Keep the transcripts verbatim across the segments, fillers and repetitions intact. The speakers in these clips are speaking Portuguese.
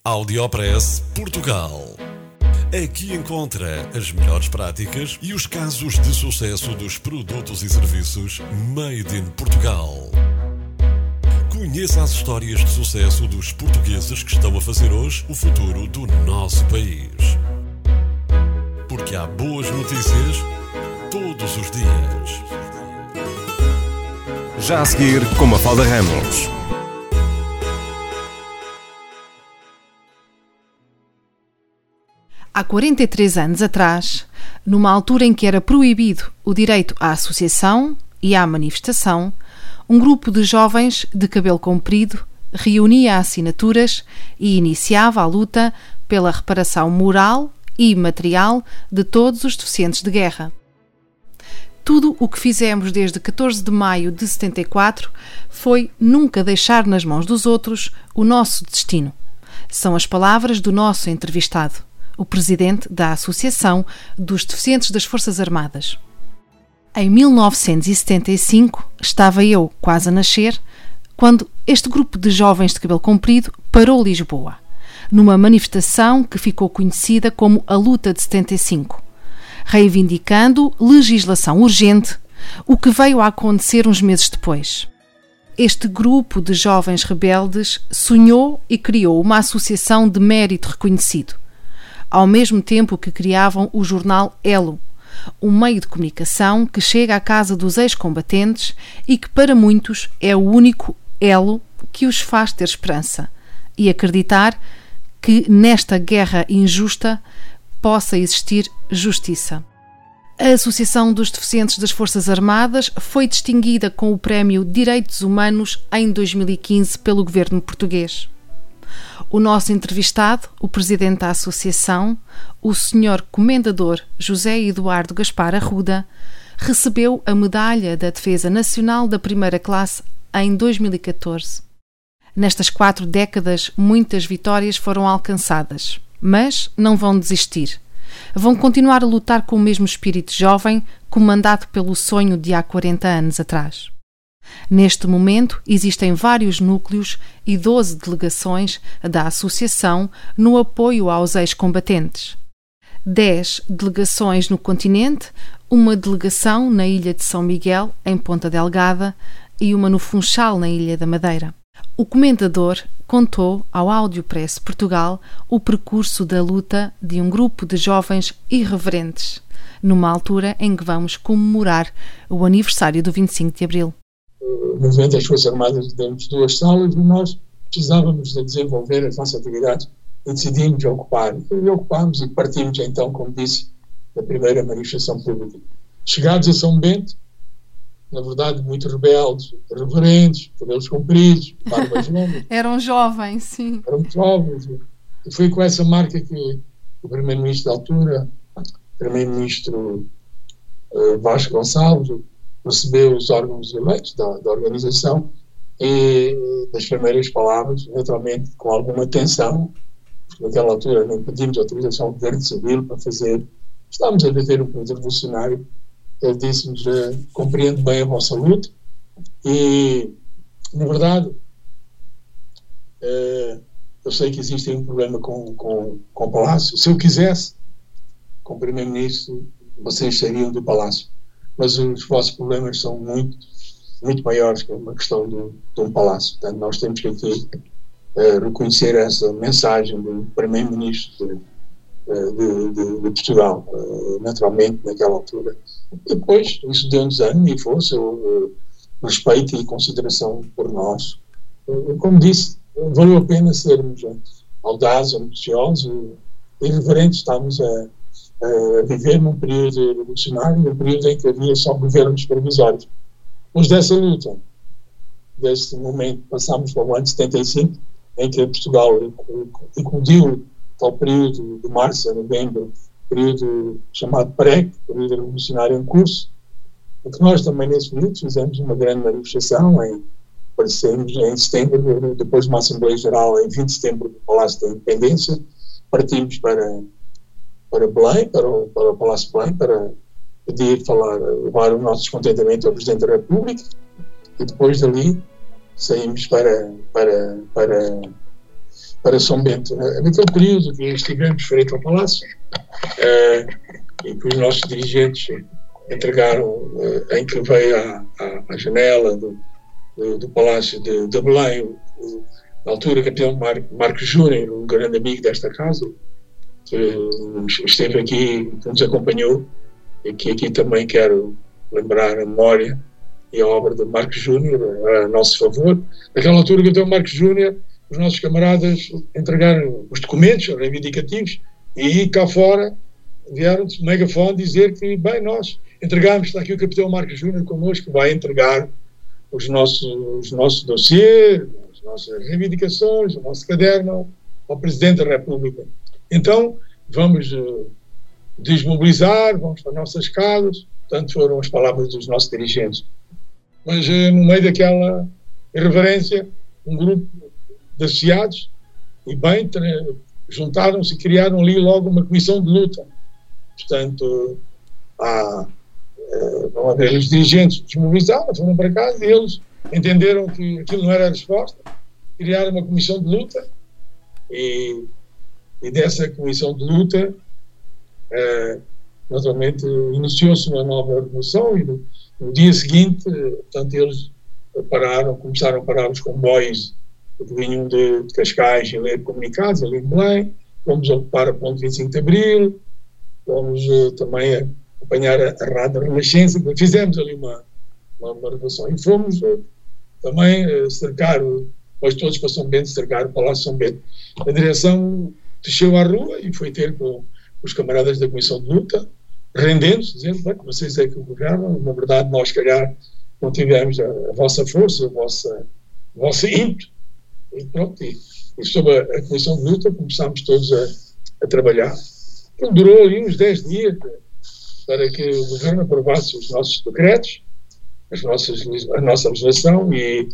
Audiopress Portugal. Aqui encontra as melhores práticas e os casos de sucesso dos produtos e serviços Made in Portugal. Conheça as histórias de sucesso dos portugueses que estão a fazer hoje o futuro do nosso país. Porque há boas notícias todos os dias. Já a seguir, com Mafalda Ramos. Há quarenta e três anos atrás, numa altura em que era proibido o direito à associação e à manifestação, um grupo de jovens de cabelo comprido reunia assinaturas e iniciava a luta pela reparação moral e material de todos os deficientes de guerra. Tudo o que fizemos desde catorze de maio de setenta e quatro foi nunca deixar nas mãos dos outros o nosso destino. São as palavras do nosso entrevistado, o presidente da Associação dos Deficientes das Forças Armadas. Em mil novecentos e setenta e cinco, estava eu quase a nascer, quando este grupo de jovens de cabelo comprido parou Lisboa, numa manifestação que ficou conhecida como a Luta de setenta e cinco, reivindicando legislação urgente, o que veio a acontecer uns meses depois. Este grupo de jovens rebeldes sonhou e criou uma associação de mérito reconhecido, ao mesmo tempo que criavam o jornal Elo, um meio de comunicação que chega à casa dos ex-combatentes e que para muitos é o único elo que os faz ter esperança e acreditar que nesta guerra injusta possa existir justiça. A Associação dos Deficientes das Forças Armadas foi distinguida com o Prémio Direitos Humanos em dois mil e quinze pelo governo português. O nosso entrevistado, o presidente da associação, o senhor Comendador José Eduardo Gaspar Arruda, recebeu a Medalha da Defesa Nacional da Primeira Classe em dois mil e catorze. Nestas quatro décadas, muitas vitórias foram alcançadas, mas não vão desistir. Vão continuar a lutar com o mesmo espírito jovem, comandado pelo sonho de há quarenta anos atrás. Neste momento, existem vários núcleos e doze delegações da Associação no apoio aos ex-combatentes. dez delegações no continente, uma delegação na Ilha de São Miguel, em Ponta Delgada, e uma no Funchal, na Ilha da Madeira. O comentador contou ao Audiopress Portugal o percurso da luta de um grupo de jovens irreverentes, numa altura em que vamos comemorar o aniversário do vinte e cinco de Abril. O movimento das Forças Armadas temos duas salas e nós precisávamos de desenvolver as nossas atividades e decidimos ocupar. E ocupámos e partimos então, como disse, da primeira manifestação pública. Chegados a São Bento, na verdade muito rebeldes, reverentes, cabelos compridos, barbas longas. Eram jovens, sim. Eram jovens. E foi com essa marca que o primeiro-ministro da altura, o primeiro-ministro uh, Vasco Gonçalves, recebeu os órgãos eleitos da, da organização e das primeiras palavras, naturalmente com alguma tensão, porque naquela altura não pedimos autorização ao governo civil para fazer, estávamos a viver um período revolucionário. Ele disse-nos, uh, compreendo bem a vossa luta e, na verdade, uh, eu sei que existe um problema com, com, com o Palácio. Se eu quisesse, como primeiro-ministro, vocês sairiam do Palácio. Mas os vossos problemas são muito, muito maiores que uma questão de, de um palácio. Portanto, nós temos que aqui uh, reconhecer essa mensagem do primeiro-ministro de, de, de, de Portugal, uh, naturalmente, naquela altura. E depois, isso deu-nos ânimo e força, uh, respeito e consideração por nós. Uh, como disse, valeu a pena sermos uh, audazes, ambiciosos e irreverentes. Estávamos a a viver num período revolucionário, num período em que havia só governos provisórios. Mas dessa luta, desse momento, passámos para o ano de setenta e cinco, em que Portugal eclodiu ao período de março a novembro, período chamado P R E C, período revolucionário em curso, em que nós também nesse período fizemos uma grande manifestação, em, aparecemos em setembro, depois de uma Assembleia Geral em vinte de setembro do Palácio da Independência, partimos para para Belém, para o, para o Palácio de Belém, para pedir, falar, levar o nosso descontentamento ao Presidente da República e depois dali saímos para, para, para, para São Bento. Naquele período que estivemos frente ao Palácio, uh, e que os nossos dirigentes entregaram, uh, em que veio à, à, à janela do, do, do Palácio de, de Belém, o, o, na altura, o capitão Mar, Marcos Júnior, um grande amigo desta casa, que esteve aqui, que nos acompanhou, e que aqui também quero lembrar a memória e a obra de Marcos Júnior a nosso favor. Naquela altura, o capitão Marcos Júnior, os nossos camaradas entregaram os documentos reivindicativos e cá fora vieram-nos megafone dizer que, bem, nós entregámos, está aqui o capitão Marcos Júnior connosco, vai entregar os nossos, os nossos dossiês, as nossas reivindicações, o nosso caderno ao Presidente da República. Então, vamos uh, desmobilizar, vamos para as nossas casas. Portanto, foram as palavras dos nossos dirigentes. Mas, uh, no meio daquela irreverência, um grupo de associados, e bem, juntaram-se e criaram ali logo uma comissão de luta. Portanto, há, uh, vão haver os dirigentes desmobilizados, foram para casa e eles entenderam que aquilo não era a resposta, criaram uma comissão de luta e E dessa comissão de luta, eh, naturalmente, iniciou-se uma nova revolução e no, no dia seguinte, portanto, eles pararam, começaram a parar os comboios que vinham de, de Cascais e ler comunicados ali em Belém, fomos ocupar a ponte vinte e cinco de Abril, fomos eh, também a apanhar a, a Rádio Renascença, fizemos ali uma, uma, uma revolução e fomos eh, também eh, cercar, depois todos para São Bento, cercar o Palácio São Bento. A direção desceu à rua e foi ter com os camaradas da Comissão de Luta, rendendo-se, dizendo, bem, vocês é que governam, na verdade nós, calhar, não tivemos a, a vossa força, a vossa, o vosso ímpeto, e pronto, e, e sob a, a Comissão de Luta começámos todos a, a trabalhar. Aquilo durou ali uns dez dias para que o governo aprovasse os nossos decretos, as nossas, a nossa legislação, e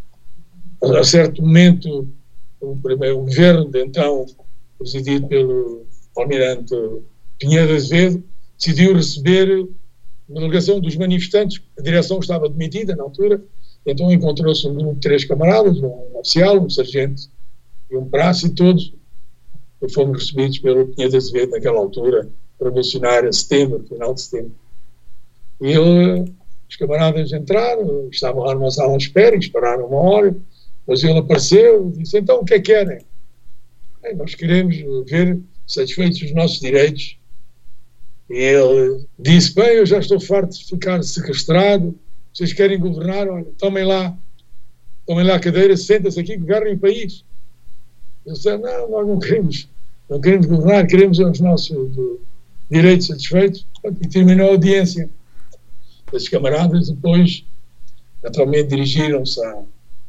a certo momento o primeiro governo de então, presidido pelo almirante Pinheiro Azevedo, decidiu receber uma delegação dos manifestantes. A direção estava demitida na altura, então encontrou-se um grupo de três camaradas, um oficial, um sargento e um praça, e todos fomos recebidos pelo Pinheiro Azevedo naquela altura, revolucionária, setembro, final de setembro. E ele, os camaradas entraram, estavam lá numa sala à espera, esperaram uma hora, depois ele apareceu e disse, então o que é que querem? Nós queremos ver satisfeitos os nossos direitos. E ele disse, bem, eu já estou farto de ficar sequestrado, vocês querem governar, olha, tomem lá, tomem lá a cadeira, sentem-se aqui, governem o país. Eu disse, não, nós não queremos, não queremos governar, queremos os nossos direitos satisfeitos. E terminou a audiência. Os camaradas depois, naturalmente, dirigiram-se à,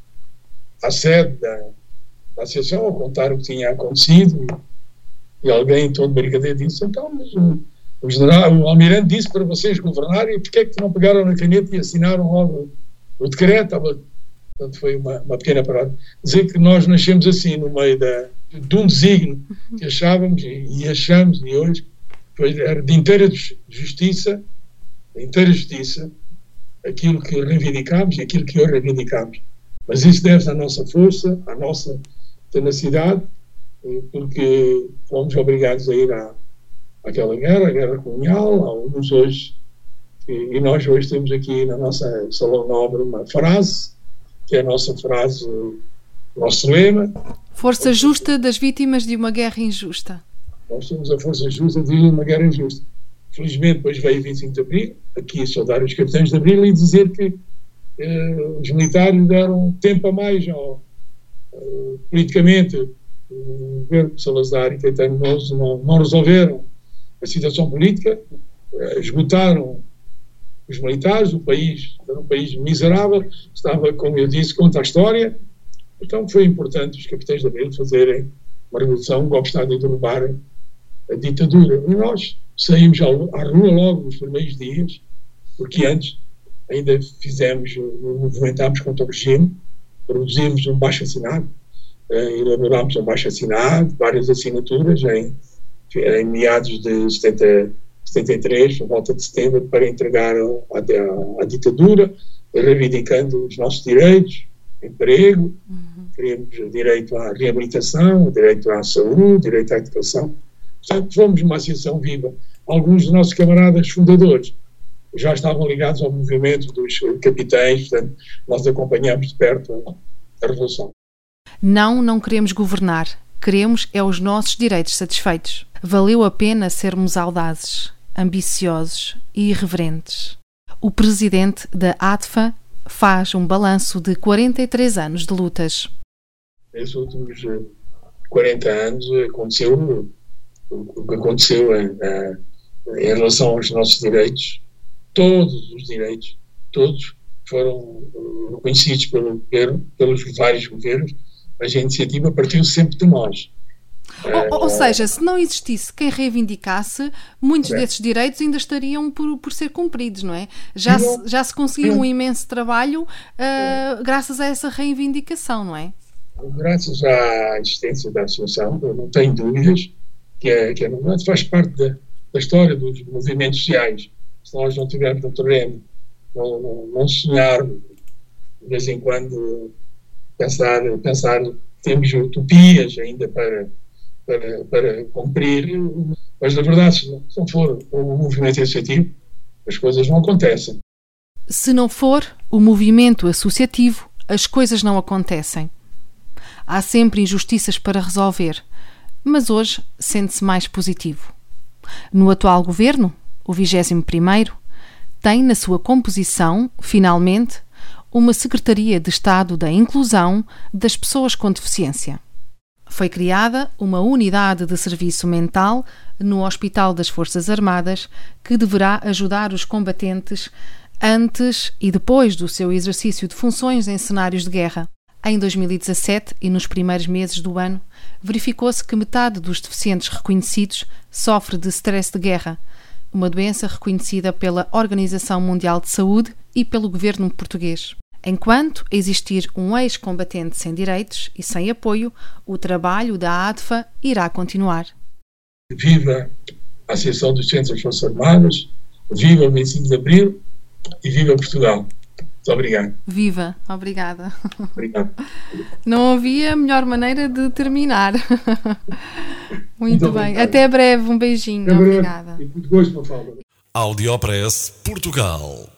à sede da da associação a contar o que tinha acontecido e, e alguém, em tom de brincadeira, disse, então, mas o, o general, o almirante disse para vocês governarem, e porque é que não pegaram na caneta e assinaram logo o, o decreto? Portanto, foi uma, uma pequena parada. Dizer que nós nascemos assim, no meio da, de um desígnio que achávamos e, e achamos, e hoje, foi, era de inteira justiça, de inteira justiça, aquilo que reivindicámos e aquilo que hoje reivindicámos. Mas isso deve-se à nossa força, à nossa tenacidade, porque fomos obrigados a ir à, àquela guerra, a guerra colonial, há uns hoje, e, e nós hoje temos aqui na nossa Salão Nobre uma frase, que é a nossa frase, o nosso lema. Força justa das vítimas de uma guerra injusta. Nós somos a força justa de uma guerra injusta. Felizmente, depois veio vinte e cinco de Abril, aqui saudar os capitães de Abril e dizer que eh, os militares deram tempo a mais ao Uh, politicamente, o governo de Salazar e Caetano Veloso não, não resolveram a situação política, uh, esgotaram os militares, o país era um país miserável, estava, como eu disse, contra a história. Então foi importante os capitães de Abril fazerem uma revolução, um golpe de Estado e derrubarem a ditadura. E nós saímos à rua logo nos primeiros dias, porque antes ainda fizemos, movimentámos contra o regime, produzimos um baixo assinado, eh, elaborámos um baixo assinado, várias assinaturas em, em meados de setenta, setenta e três, por volta de setembro, para entregar à ditadura, reivindicando os nossos direitos, emprego, uhum. queremos direito à reabilitação, direito à saúde, direito à educação. Portanto, fomos uma associação viva. Alguns dos nossos camaradas fundadores já estavam ligados ao movimento dos capitães, portanto, nós acompanhamos de perto a Revolução. Não, não queremos governar. Queremos é os nossos direitos satisfeitos. Valeu a pena sermos audazes, ambiciosos e irreverentes. O presidente da A D F A faz um balanço de quarenta e três anos de lutas. Nesses últimos quarenta anos aconteceu o que aconteceu em, em relação aos nossos direitos. Todos os direitos, todos foram reconhecidos pelo governo, pelos vários governos, mas a iniciativa partiu sempre de nós. Ou, ou seja, se não existisse quem reivindicasse, muitos é. desses direitos ainda estariam por, por ser cumpridos, não é? Já, não, se, já se conseguiu não. um imenso trabalho uh, graças a essa reivindicação, não é? Graças à existência da associação, eu não tenho dúvidas que, é, que é, faz parte da, da história dos movimentos sociais. Se nós não tivermos no terreno, não, não, não sonharmos, de vez em quando pensar, pensar temos utopias ainda para, para, para cumprir, mas na verdade, se não for o movimento associativo, as coisas não acontecem. Se não for o movimento associativo, as coisas não acontecem. Há sempre injustiças para resolver, mas hoje sente-se mais positivo. No atual governo, o vigésimo primeiro, tem na sua composição, finalmente, uma Secretaria de Estado da Inclusão das Pessoas com Deficiência. Foi criada uma unidade de serviço mental no Hospital das Forças Armadas que deverá ajudar os combatentes antes e depois do seu exercício de funções em cenários de guerra. Em dois mil e dezassete e nos primeiros meses do ano, verificou-se que metade dos deficientes reconhecidos sofre de stress de guerra, uma doença reconhecida pela Organização Mundial de Saúde e pelo governo português. Enquanto existir um ex-combatente sem direitos e sem apoio, o trabalho da A D F A irá continuar. Viva a Associação dos Centros das Forças Armadas, viva o vinte e cinco de Abril e viva Portugal. Muito obrigado. Viva, obrigada. Obrigado. Não havia melhor maneira de terminar. Muito, Muito bem. Obrigado. Até breve, um beijinho. Até obrigada. Breve. E muito gosto, Mafalda. Audiopress Portugal.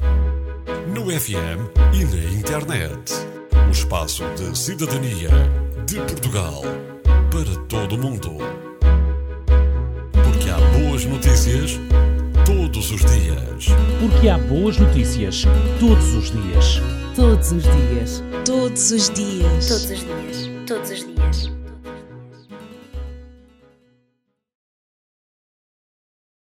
No F M e na internet. O espaço de cidadania de Portugal para todo o mundo. Porque há boas notícias todos os dias. Porque há boas notícias todos os dias. Todos os dias. Todos os dias. Todos os dias. Todos os dias.